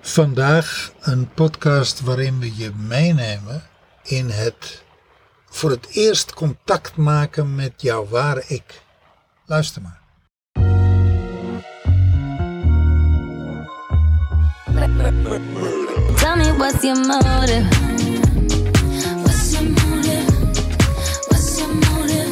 Vandaag een podcast waarin we je meenemen in het voor het eerst contact maken met jouw ware ik. Luister maar. Tell me what's your motive? What's your motive? What's your motive?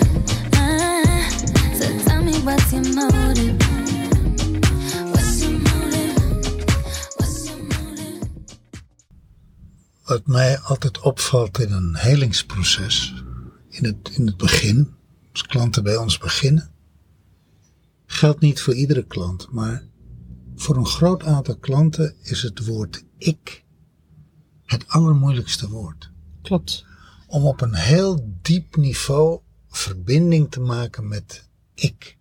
So tell me what's your motive? What's your motive? What's your motive? Wat mij altijd opvalt in een helingsproces, in het begin, als klanten bij ons beginnen, geldt niet voor iedere klant, maar voor een groot aantal klanten is het woord ik het allermoeilijkste woord. Klopt. Om op een heel diep niveau verbinding te maken met ik.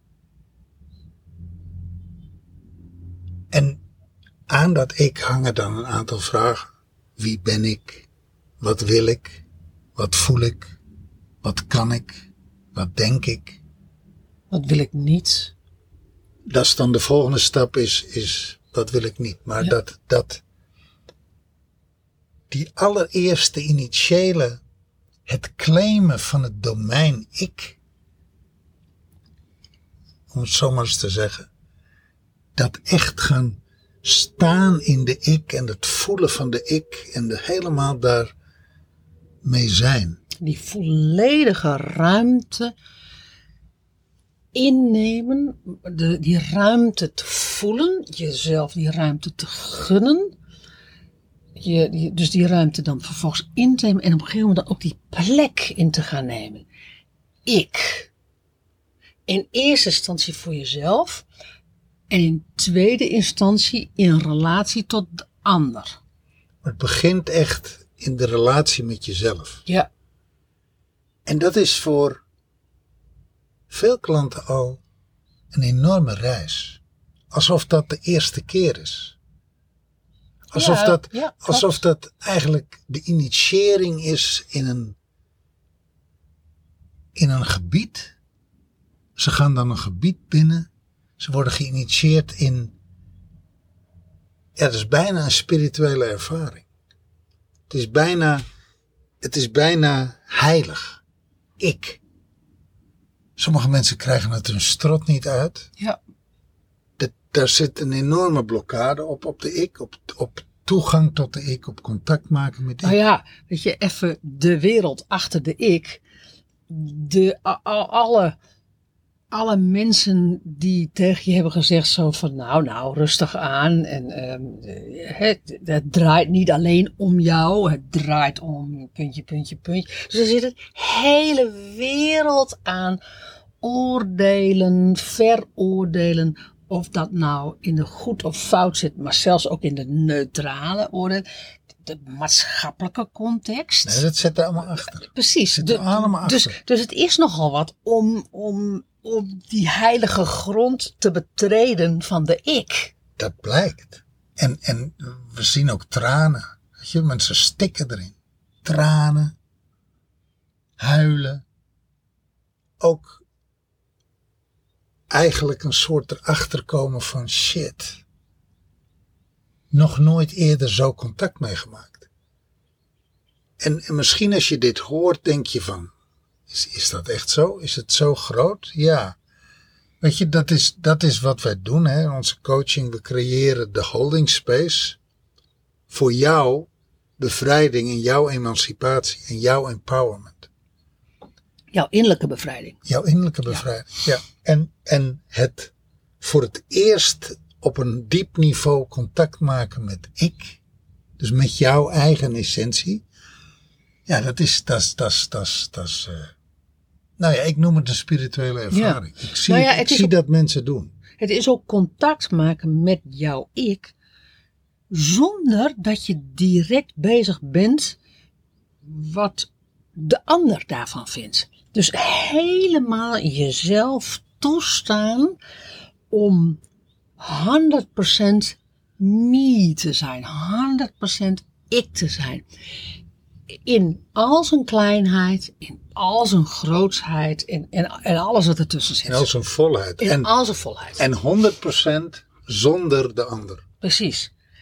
En aan dat ik hangen dan een aantal vragen. Wie ben ik? Wat wil ik? Wat voel ik? Wat kan ik? Wat denk ik? Wat wil ik niet? Dat is dan de volgende stap is wat wil ik niet. Maar Ja. dat die allereerste initiële, het claimen van het domein ik, om het zo maar eens te zeggen, dat echt gaan staan in de ik en het voelen van de ik en helemaal daar mee zijn. Die volledige ruimte innemen, die ruimte te voelen, jezelf die ruimte te gunnen. Dus die ruimte dan vervolgens in te nemen en op een gegeven moment dan ook die plek in te gaan nemen. Ik. In eerste instantie voor jezelf en in tweede instantie in relatie tot de ander. Het begint echt in de relatie met jezelf. Ja. En dat is voor veel klanten al een enorme reis. Alsof dat de eerste keer is. Alsof dat eigenlijk de initiëring is in een gebied. Ze gaan dan een gebied binnen. Ze worden geïnitieerd in. Ja, het is bijna een spirituele ervaring. Het is bijna heilig. Ik. Sommige mensen krijgen het hun strot niet uit. Ja. Daar zit een enorme blokkade op de ik, op toegang tot de ik, op contact maken met ik. Nou ja, weet je, even de wereld achter de ik. Alle mensen die tegen je hebben gezegd zo van nou, rustig aan. En het draait niet alleen om jou, het draait om puntje. Dus er zit een hele wereld aan oordelen, veroordelen. Of dat nou in de goed of fout zit, maar zelfs ook in de neutrale oordeel. De maatschappelijke context. Nee, dat zit er allemaal achter. Precies. Zit er allemaal achter. Dus het is nogal wat om die heilige grond te betreden van de ik. Dat blijkt. En we zien ook tranen. Weet je, mensen stikken erin. Tranen. Huilen. Ook eigenlijk een soort erachter komen van shit. Nog nooit eerder zo contact meegemaakt. En misschien als je dit hoort, denk je van, is dat echt zo? Is het zo groot? Ja. Weet je, dat is wat wij doen, hè? In onze coaching. We creëren de holding space voor jouw bevrijding en jouw emancipatie en jouw empowerment. Jouw innerlijke bevrijding. Jouw innerlijke bevrijding, ja. En het voor het eerst op een diep niveau contact maken met ik. Dus met jouw eigen essentie. Ja, dat is nou ja, ik noem het een spirituele ervaring. Ja. Ik zie dat mensen doen. Het is ook contact maken met jouw ik, zonder dat je direct bezig bent wat de ander daarvan vindt. Dus helemaal jezelf toestaan om 100% me te zijn, 100% ik te zijn. In al zijn kleinheid, in al zijn grootsheid en alles wat ertussen zit. In al zijn volheid. In al zijn volheid. En 100% zonder de ander. Precies.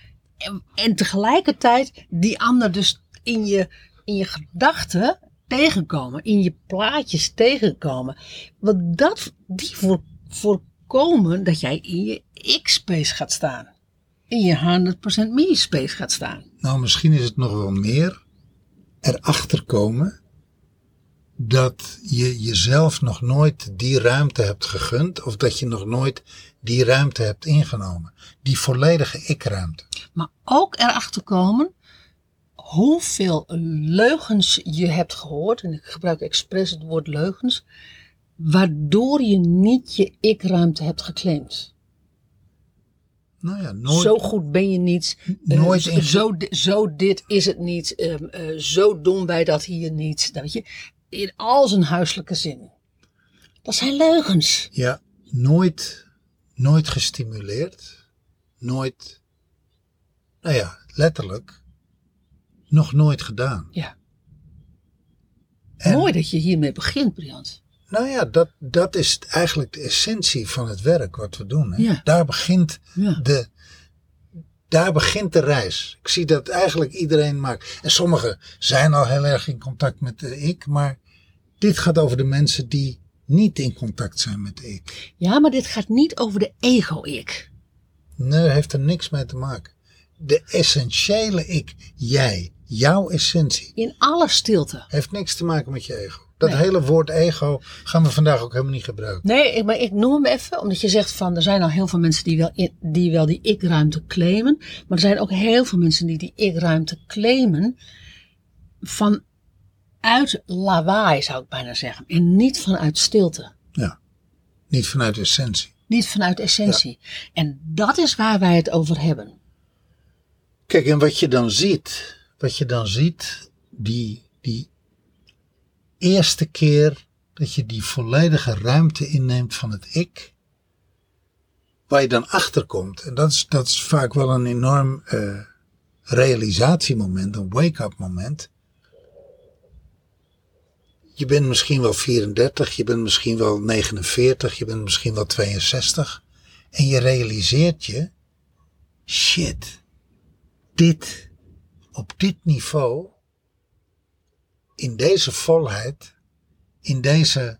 En tegelijkertijd die ander dus in je gedachten tegenkomen. In je plaatjes tegenkomen. Want die voorkomen dat jij in je X-space gaat staan. In je 100% me-space gaat staan. Nou, misschien is het nog wel meer erachter komen dat je jezelf nog nooit die ruimte hebt gegund of dat je nog nooit die ruimte hebt ingenomen. Die volledige ik-ruimte. Maar ook erachter komen hoeveel leugens je hebt gehoord, en ik gebruik expres het woord leugens, waardoor je niet je ik-ruimte hebt geclaimd. Nou ja, nooit. Zo goed ben je niet. Nooit Zo dit is het niet. Zo doen wij dat hier niet. Dat weet je, in al zijn huiselijke zin. Dat zijn leugens. Ja, nooit gestimuleerd. Nooit, nou ja, letterlijk, nog nooit gedaan. Ja. En, mooi dat je hiermee begint, Briant. Nou ja, dat is eigenlijk de essentie van het werk wat we doen. Hè? Ja. Daar begint Ja. Daar begint de reis. Ik zie dat eigenlijk iedereen maakt. En sommigen zijn al heel erg in contact met de ik. Maar dit gaat over de mensen die niet in contact zijn met de ik. Ja, maar dit gaat niet over de ego-ik. Nee, heeft er niks mee te maken. De essentiële ik, jij, jouw essentie, In alle stilte. heeft niks te maken met je ego. Dat Nee. hele woord ego gaan we vandaag ook helemaal niet gebruiken. Nee, maar ik noem hem even, omdat je zegt van er zijn al heel veel mensen die wel die ik-ruimte claimen. Maar er zijn ook heel veel mensen die ik-ruimte claimen vanuit lawaai, zou ik bijna zeggen. En niet vanuit stilte. Ja, niet vanuit essentie. Niet vanuit essentie. Ja. En dat is waar wij het over hebben. Kijk, en wat je dan ziet, die eerste keer dat je die volledige ruimte inneemt van het ik, waar je dan achter komt, en dat is vaak wel een enorm realisatiemoment, een wake-up moment. Je bent misschien wel 34, je bent misschien wel 49, je bent misschien wel 62 en je realiseert je, shit, op dit niveau, in deze volheid, in deze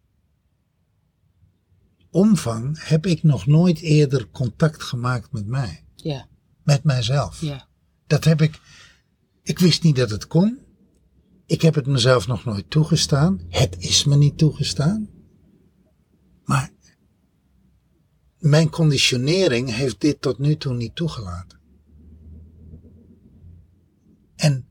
omvang, heb ik nog nooit eerder contact gemaakt met mij. Ja. Met mijzelf. Ja. Dat heb ik wist niet dat het kon. Ik heb het mezelf nog nooit toegestaan. Het is me niet toegestaan. Maar mijn conditionering heeft dit tot nu toe niet toegelaten. En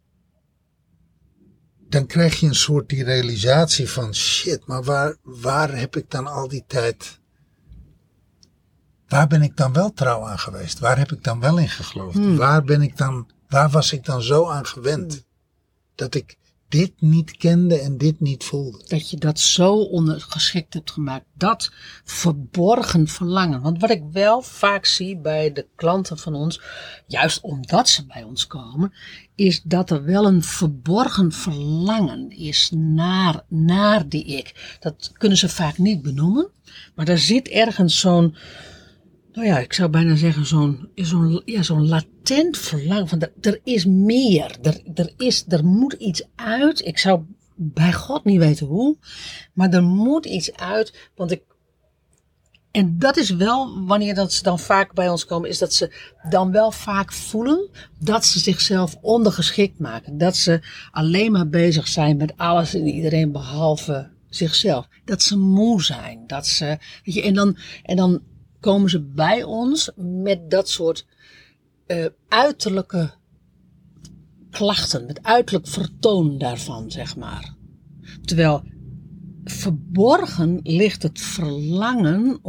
dan krijg je een soort die realisatie van shit, maar waar heb ik dan al die tijd, waar ben ik dan wel trouw aan geweest? Waar heb ik dan wel in geloofd? Waar was ik dan zo aan gewend? Dat ik dit niet kende en dit niet voelde. Dat je dat zo ondergeschikt hebt gemaakt. Dat verborgen verlangen. Want wat ik wel vaak zie bij de klanten van ons, juist omdat ze bij ons komen, is dat er wel een verborgen verlangen is naar die ik. Dat kunnen ze vaak niet benoemen. Maar er zit ergens zo'n, nou ja, ik zou bijna zeggen zo'n latent verlangen van er is meer, er moet iets uit. Ik zou bij God niet weten hoe, maar er moet iets uit, en dat is wel, wanneer dat ze dan vaak bij ons komen, is dat ze dan wel vaak voelen dat ze zichzelf ondergeschikt maken. Dat ze alleen maar bezig zijn met alles en iedereen behalve zichzelf. Dat ze moe zijn, dat ze, weet je, en dan komen ze bij ons met dat soort uiterlijke klachten, met uiterlijk vertoon daarvan, zeg maar. Terwijl verborgen ligt het verlangen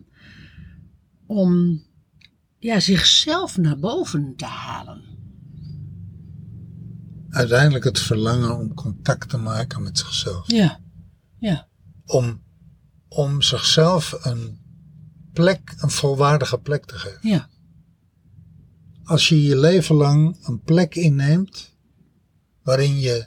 om zichzelf naar boven te halen. Uiteindelijk het verlangen om contact te maken met zichzelf. Ja, ja. Om zichzelf een volwaardige plek te geven. Ja. Als je je leven lang een plek inneemt waarin je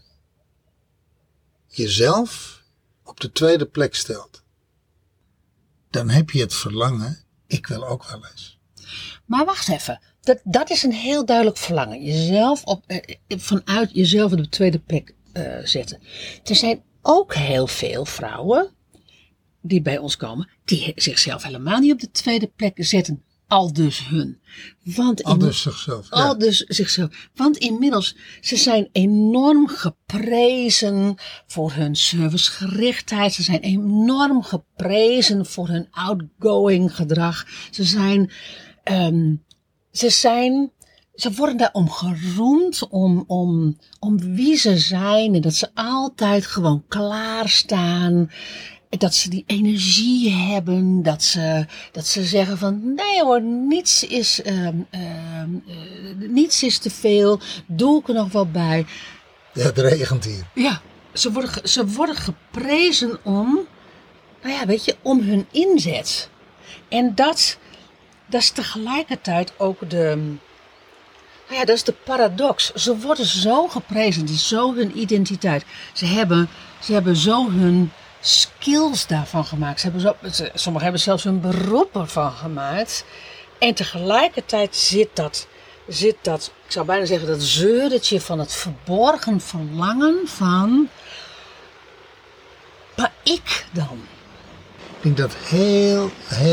jezelf op de tweede plek stelt, dan heb je het verlangen, ik wil ook wel eens. Maar wacht even, Dat is een heel duidelijk verlangen. Jezelf vanuit jezelf op de tweede plek zetten. Er zijn ook heel veel vrouwen die bij ons komen, die zichzelf helemaal niet op de tweede plek zetten. Al dus hun. Zichzelf. Want inmiddels, ze zijn enorm geprezen voor hun servicegerichtheid. Ze zijn enorm geprezen voor hun outgoing gedrag. Ze worden daarom geroemd om wie ze zijn. En dat ze altijd gewoon klaarstaan. Dat ze die energie hebben, dat ze zeggen van nee hoor, niets is te veel, doe ik er nog wel bij. Ja, het regent hier. Ja, ze worden geprezen om hun inzet. En dat is tegelijkertijd ook dat is de paradox. Ze worden zo geprezen, het is zo hun identiteit. Ze hebben zo hun skills daarvan gemaakt. Sommigen hebben zelfs hun beroep ervan gemaakt. En tegelijkertijd zit dat, ik zou bijna zeggen, dat zeuretje van het verborgen verlangen van, maar ik dan? Ik denk dat heel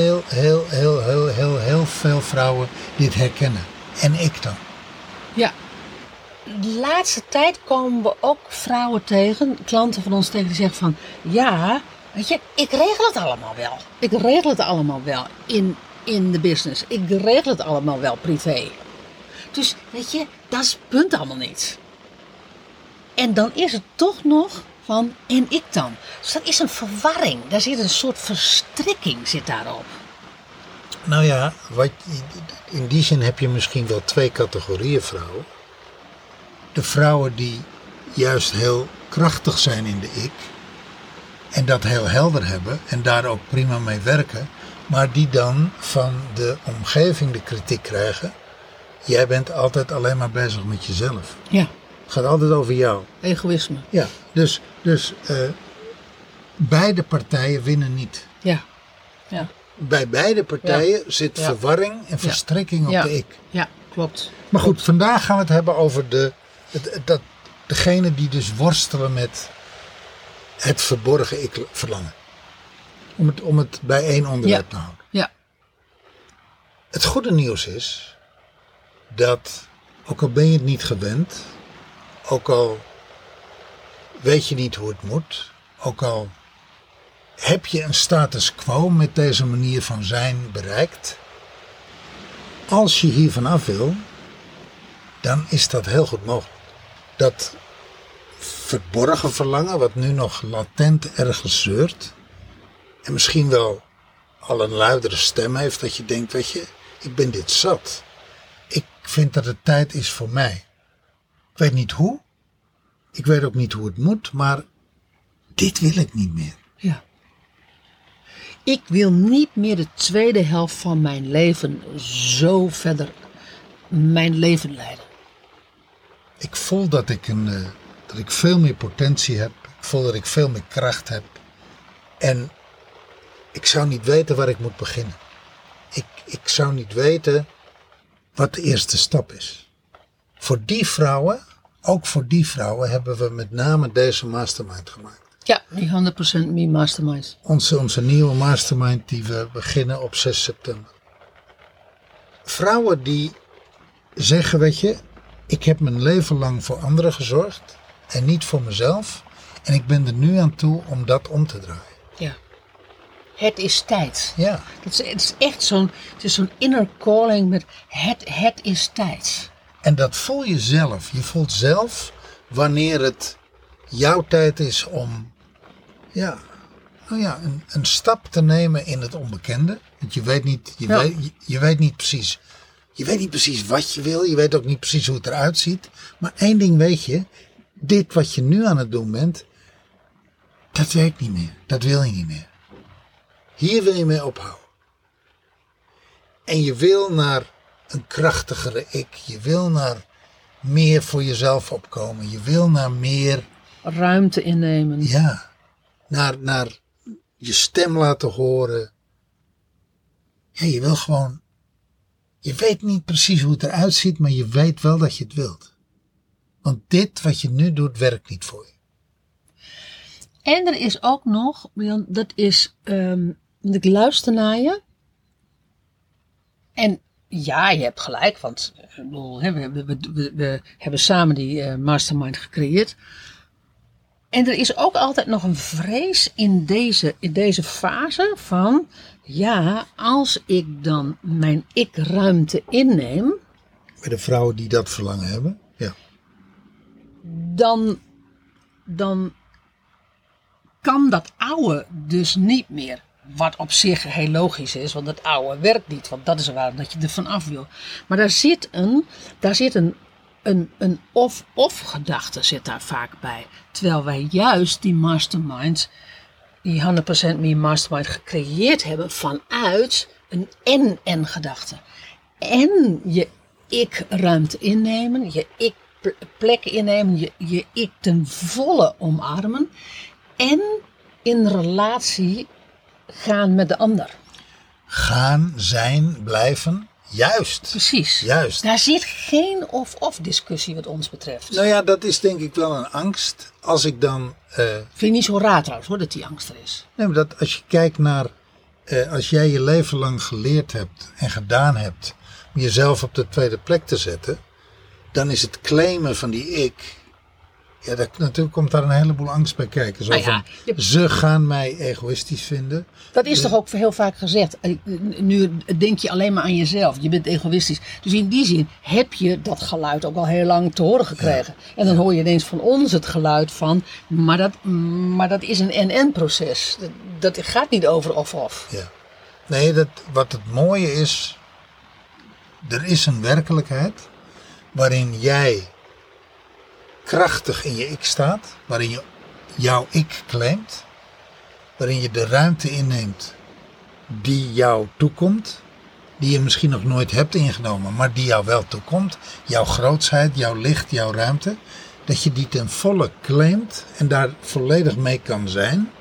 veel vrouwen dit herkennen. En ik dan. Ja. De laatste tijd komen we ook vrouwen tegen, klanten van ons tegen, die zeggen van, ja, weet je, ik regel het allemaal wel. Ik regel het allemaal wel in de business. Ik regel het allemaal wel privé. Dus, weet je, dat is het punt allemaal niet. En dan is het toch nog van, en ik dan? Dus dat is een verwarring. Daar zit een soort verstrikking zit daarop. Nou ja, in die zin heb je misschien wel 2 categorieën vrouwen. De vrouwen die juist heel krachtig zijn in de ik. En dat heel helder hebben. En daar ook prima mee werken. Maar die dan van de omgeving de kritiek krijgen. Jij bent altijd alleen maar bezig met jezelf. Ja. Het gaat altijd over jou. Egoïsme. Ja, dus beide partijen winnen niet. Ja. Ja. Bij beide partijen zit verwarring en verstrikking op de ik. Ja, klopt. Maar goed, vandaag gaan we het hebben over degene die dus worstelen met het verborgen ik verlangen. Om het bij één onderwerp te houden. Ja. Het goede nieuws is dat, ook al ben je het niet gewend, ook al weet je niet hoe het moet, ook al heb je een status quo met deze manier van zijn bereikt, als je hier vanaf wil, dan is dat heel goed mogelijk. Dat verborgen verlangen, wat nu nog latent ergens zeurt, en misschien wel al een luidere stem heeft, dat je denkt, weet je, ik ben dit zat. Ik vind dat het tijd is voor mij. Ik weet niet hoe. Ik weet ook niet hoe het moet, maar dit wil ik niet meer. Ja. Ik wil niet meer de tweede helft van mijn leven zo verder mijn leven leiden. Ik voel dat ik veel meer potentie heb. Ik voel dat ik veel meer kracht heb. En ik zou niet weten waar ik moet beginnen. Ik zou niet weten wat de eerste stap is. Voor die vrouwen, ook voor die vrouwen, hebben we met name deze mastermind gemaakt. Ja, die 100% Me Mastermind. Onze nieuwe mastermind die we beginnen op 6 september. Vrouwen die zeggen, weet je, ik heb mijn leven lang voor anderen gezorgd en niet voor mezelf. En ik ben er nu aan toe om dat om te draaien. Ja. Het is tijd. Ja. Het is echt zo'n inner calling met het is tijd. En dat voel je zelf. Je voelt zelf wanneer het jouw tijd is om een stap te nemen in het onbekende. Want je weet niet, je weet niet precies. Je weet niet precies wat je wil. Je weet ook niet precies hoe het eruit ziet. Maar één ding weet je. Dit wat je nu aan het doen bent. Dat werkt niet meer. Dat wil je niet meer. Hier wil je mee ophouden. En je wil naar een krachtigere ik. Je wil naar meer voor jezelf opkomen. Je wil naar meer ruimte innemen. Ja. Naar je stem laten horen. Ja, je wil gewoon Je weet niet precies hoe het eruit ziet, maar je weet wel dat je het wilt. Want dit wat je nu doet, werkt niet voor je. En er is ook nog, dat is, want ik luister naar je. En ja, je hebt gelijk, want ik bedoel, we hebben samen die mastermind gecreëerd. En er is ook altijd nog een vrees in deze fase van, ja, als ik dan mijn ik-ruimte inneem. Bij de vrouwen die dat verlangen hebben, ja. Dan kan dat oude dus niet meer. Wat op zich heel logisch is, want het oude werkt niet. Want dat is waarom dat je er vanaf wil. Maar daar zit een of-of gedachte zit daar vaak bij. Terwijl wij juist die mastermind, die 100% Me Mastermind gecreëerd hebben vanuit een en gedachte. En je ik-ruimte innemen, je ik-plek innemen, je ik ten volle omarmen. En in relatie gaan met de ander. Gaan, zijn, blijven. Juist. Precies. Juist. Daar zit geen of-of discussie wat ons betreft. Nou ja, dat is denk ik wel een angst. Als ik dan... Vind je niet zo raar trouwens hoor, dat die angst er is. Nee, maar dat als je kijkt naar... als jij je leven lang geleerd hebt en gedaan hebt om jezelf op de tweede plek te zetten, dan is het claimen van die ik... Ja, natuurlijk komt daar een heleboel angst bij kijken. Zo van, ze gaan mij egoïstisch vinden. Dat is toch ook heel vaak gezegd. Nu denk je alleen maar aan jezelf. Je bent egoïstisch. Dus in die zin heb je dat geluid ook al heel lang te horen gekregen. Ja. En dan hoor je ineens van ons het geluid van... Maar dat is een en proces. Dat gaat niet over of. Ja. Nee, wat het mooie is... Er is een werkelijkheid waarin jij... krachtig in je ik staat, waarin je jouw ik claimt, waarin je de ruimte inneemt die jou toekomt, die je misschien nog nooit hebt ingenomen, maar die jou wel toekomt, jouw grootsheid, jouw licht, jouw ruimte, dat je die ten volle claimt en daar volledig mee kan zijn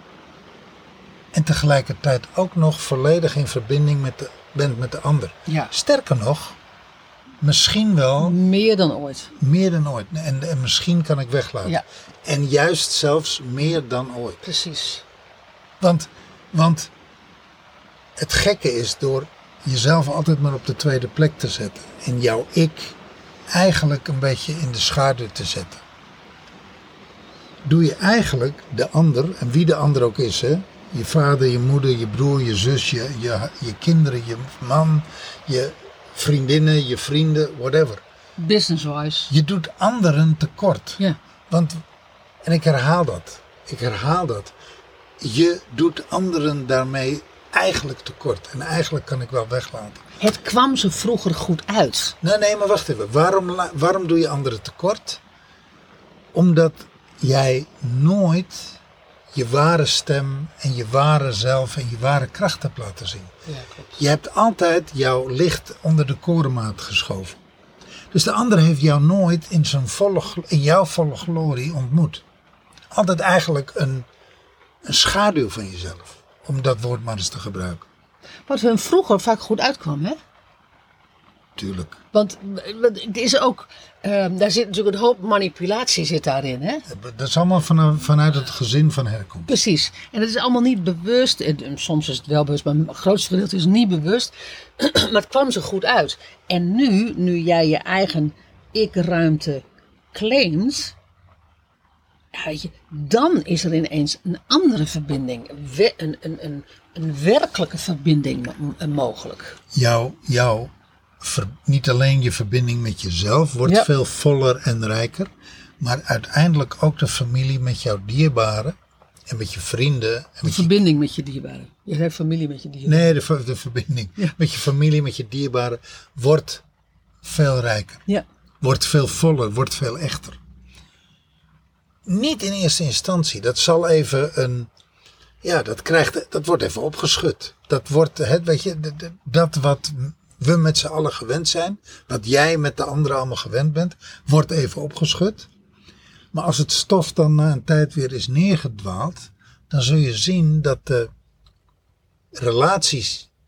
en tegelijkertijd ook nog volledig in verbinding bent met de ander. Ja. Sterker nog, misschien wel... Meer dan ooit. Meer dan ooit. En misschien kan ik weglaten. Ja. En juist zelfs meer dan ooit. Precies. Want het gekke is door jezelf altijd maar op de tweede plek te zetten. En jouw ik eigenlijk een beetje in de schaduw te zetten. Doe je eigenlijk de ander, en wie de ander ook is, hè? Je vader, je moeder, je broer, je zus, je kinderen, je man, je... vriendinnen, je vrienden, whatever. Business-wise. Je doet anderen tekort. Ja. Want, en ik herhaal dat. Je doet anderen daarmee eigenlijk tekort. En eigenlijk kan ik wel weglaten. Het kwam ze vroeger goed uit. Nee, maar wacht even. Waarom doe je anderen tekort? Omdat jij nooit je ware stem en je ware zelf en je ware kracht hebt laten zien. Ja, klopt. Je hebt altijd jouw licht onder de korenmaat geschoven. Dus de ander heeft jou nooit in jouw volle glorie ontmoet. Altijd eigenlijk een schaduw van jezelf. Om dat woord maar eens te gebruiken. Wat hun vroeger vaak goed uitkwam, hè? Tuurlijk. Want het is ook, daar zit natuurlijk een hoop manipulatie zit daarin, hè? Dat is allemaal vanuit het gezin van herkomst. Precies. En het is allemaal niet bewust. En soms is het wel bewust, maar het grootste gedeelte is niet bewust. Maar het kwam ze goed uit. En nu jij je eigen ik-ruimte claimt, dan is er ineens een andere verbinding. Een werkelijke verbinding mogelijk. Niet alleen je verbinding met jezelf wordt veel voller en rijker. Maar uiteindelijk ook de familie met jouw dierbaren. En met je vrienden. De verbinding met je dierbaren. Je hebt familie met je dierbaren. Nee, de verbinding met je familie, met je dierbaren. Wordt veel rijker. Ja. Wordt veel voller, wordt veel echter. Niet in eerste instantie. Dat zal even dat wordt even opgeschud. Dat wordt, dat wat we met z'n allen gewend zijn, wat jij met de anderen allemaal gewend bent, wordt even opgeschud. Maar als het stof dan na een tijd weer is neergedwaald, dan zul je zien dat de relaties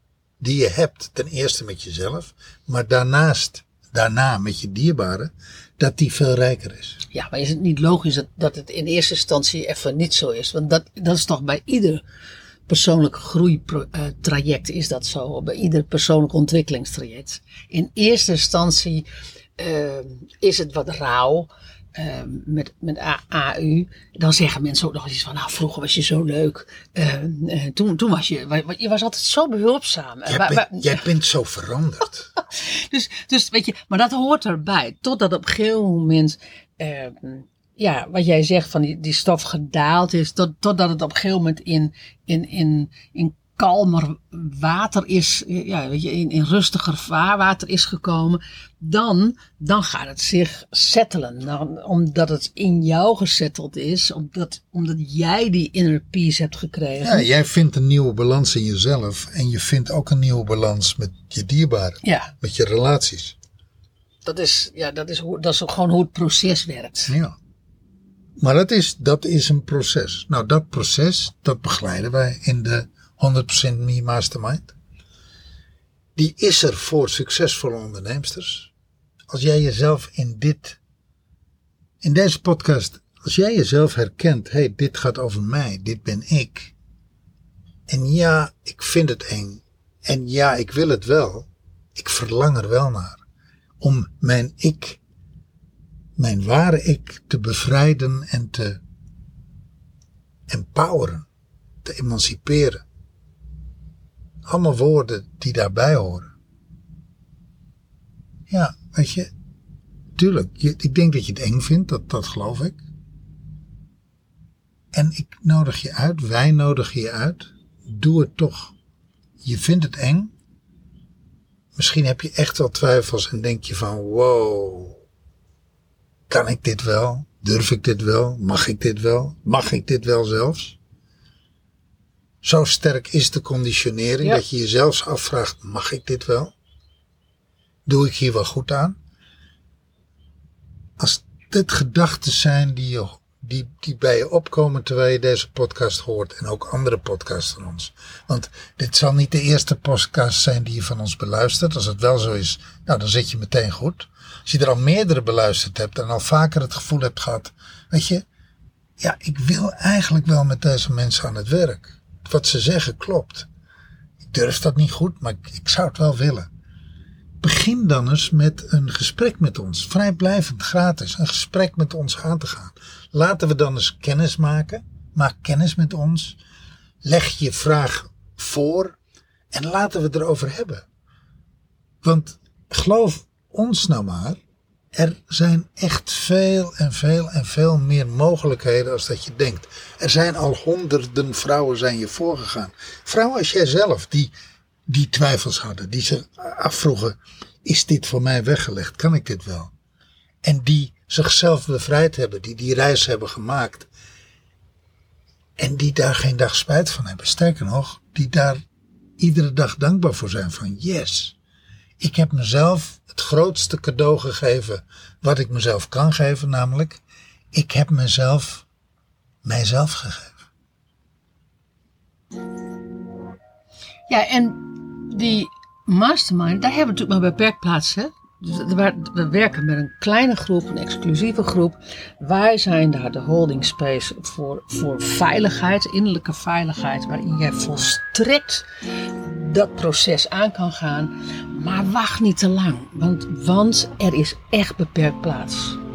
die je hebt, ten eerste met jezelf, maar daarna met je dierbaren, dat die veel rijker is. Ja, maar is het niet logisch dat het in eerste instantie even niet zo is? Want dat is toch bij ieder persoonlijke groeitraject is dat zo. Bij ieder persoonlijk ontwikkelingstraject. In eerste instantie is het wat rauw. Met AU. Dan zeggen mensen ook nog eens van, nou, vroeger was je zo leuk. Toen was je was altijd zo behulpzaam. Jij bent zo veranderd. Dus weet je, maar dat hoort erbij. Totdat op een gegeven moment, wat jij zegt van die stof gedaald is. Totdat het op een gegeven moment in kalmer water is, weet je, in rustiger vaarwater is gekomen, dan gaat het zich settelen. Omdat het in jou gesetteld is, omdat jij die inner peace hebt gekregen. Ja, jij vindt een nieuwe balans in jezelf en je vindt ook een nieuwe balans met je dierbaren, met je relaties. Dat is gewoon hoe het proces werkt. Ja. Maar dat is een proces. Nou, dat proces, dat begeleiden wij in de 100% Me Mastermind. Die is er voor succesvolle onderneemsters. Als jij jezelf in deze podcast, als jij jezelf herkent, hey, dit gaat over mij, dit ben ik. En ja, ik vind het eng. En ja, ik wil het wel. Ik verlang er wel naar. Om mijn ware ik te bevrijden en te empoweren, te emanciperen. Allemaal woorden die daarbij horen. Ja, weet je, tuurlijk, ik denk dat je het eng vindt, dat geloof ik. En ik nodig je uit, wij nodigen je uit, doe het toch. Je vindt het eng. Misschien heb je echt wel twijfels en denk je van, wow, kan ik dit wel? Durf ik dit wel? Mag ik dit wel? Mag ik dit wel zelfs? Zo sterk is de conditionering dat je jezelf afvraagt, mag ik dit wel? Doe ik hier wel goed aan? Als dit gedachten zijn die bij je opkomen terwijl je deze podcast hoort en ook andere podcasts van ons. Want dit zal niet de eerste podcast zijn die je van ons beluistert. Als het wel zo is, nou dan zit je meteen goed. Als je er al meerdere beluisterd hebt en al vaker het gevoel hebt gehad, weet je, ja, ik wil eigenlijk wel met deze mensen aan het werk. Wat ze zeggen klopt. Ik durf dat niet goed, maar ik zou het wel willen. Begin dan eens met een gesprek met ons. Vrijblijvend, gratis. Een gesprek met ons aan te gaan. Laten we dan eens kennis maken. Maak kennis met ons. Leg je vraag voor. En laten we het erover hebben. Want geloof ons nou maar. Er zijn echt veel en veel en veel meer mogelijkheden als dat je denkt. Er zijn al honderden vrouwen zijn je voorgegaan. Vrouwen als jij zelf die twijfels hadden. Die zich afvroegen, is dit voor mij weggelegd? Kan ik dit wel? En die zichzelf bevrijd hebben. Die reis hebben gemaakt. En die daar geen dag spijt van hebben. Sterker nog, die daar iedere dag dankbaar voor zijn. Van yes, ik heb mezelf het grootste cadeau gegeven wat ik mezelf kan geven. Namelijk, ik heb mijzelf gegeven. Ja, en die mastermind, daar hebben we natuurlijk maar beperkt plaats, hè? Dus we werken met een kleine groep, een exclusieve groep. Wij zijn daar de holding space voor veiligheid, innerlijke veiligheid, waarin jij volstrekt dat proces aan kan gaan. Maar wacht niet te lang, want er is echt beperkt plaats.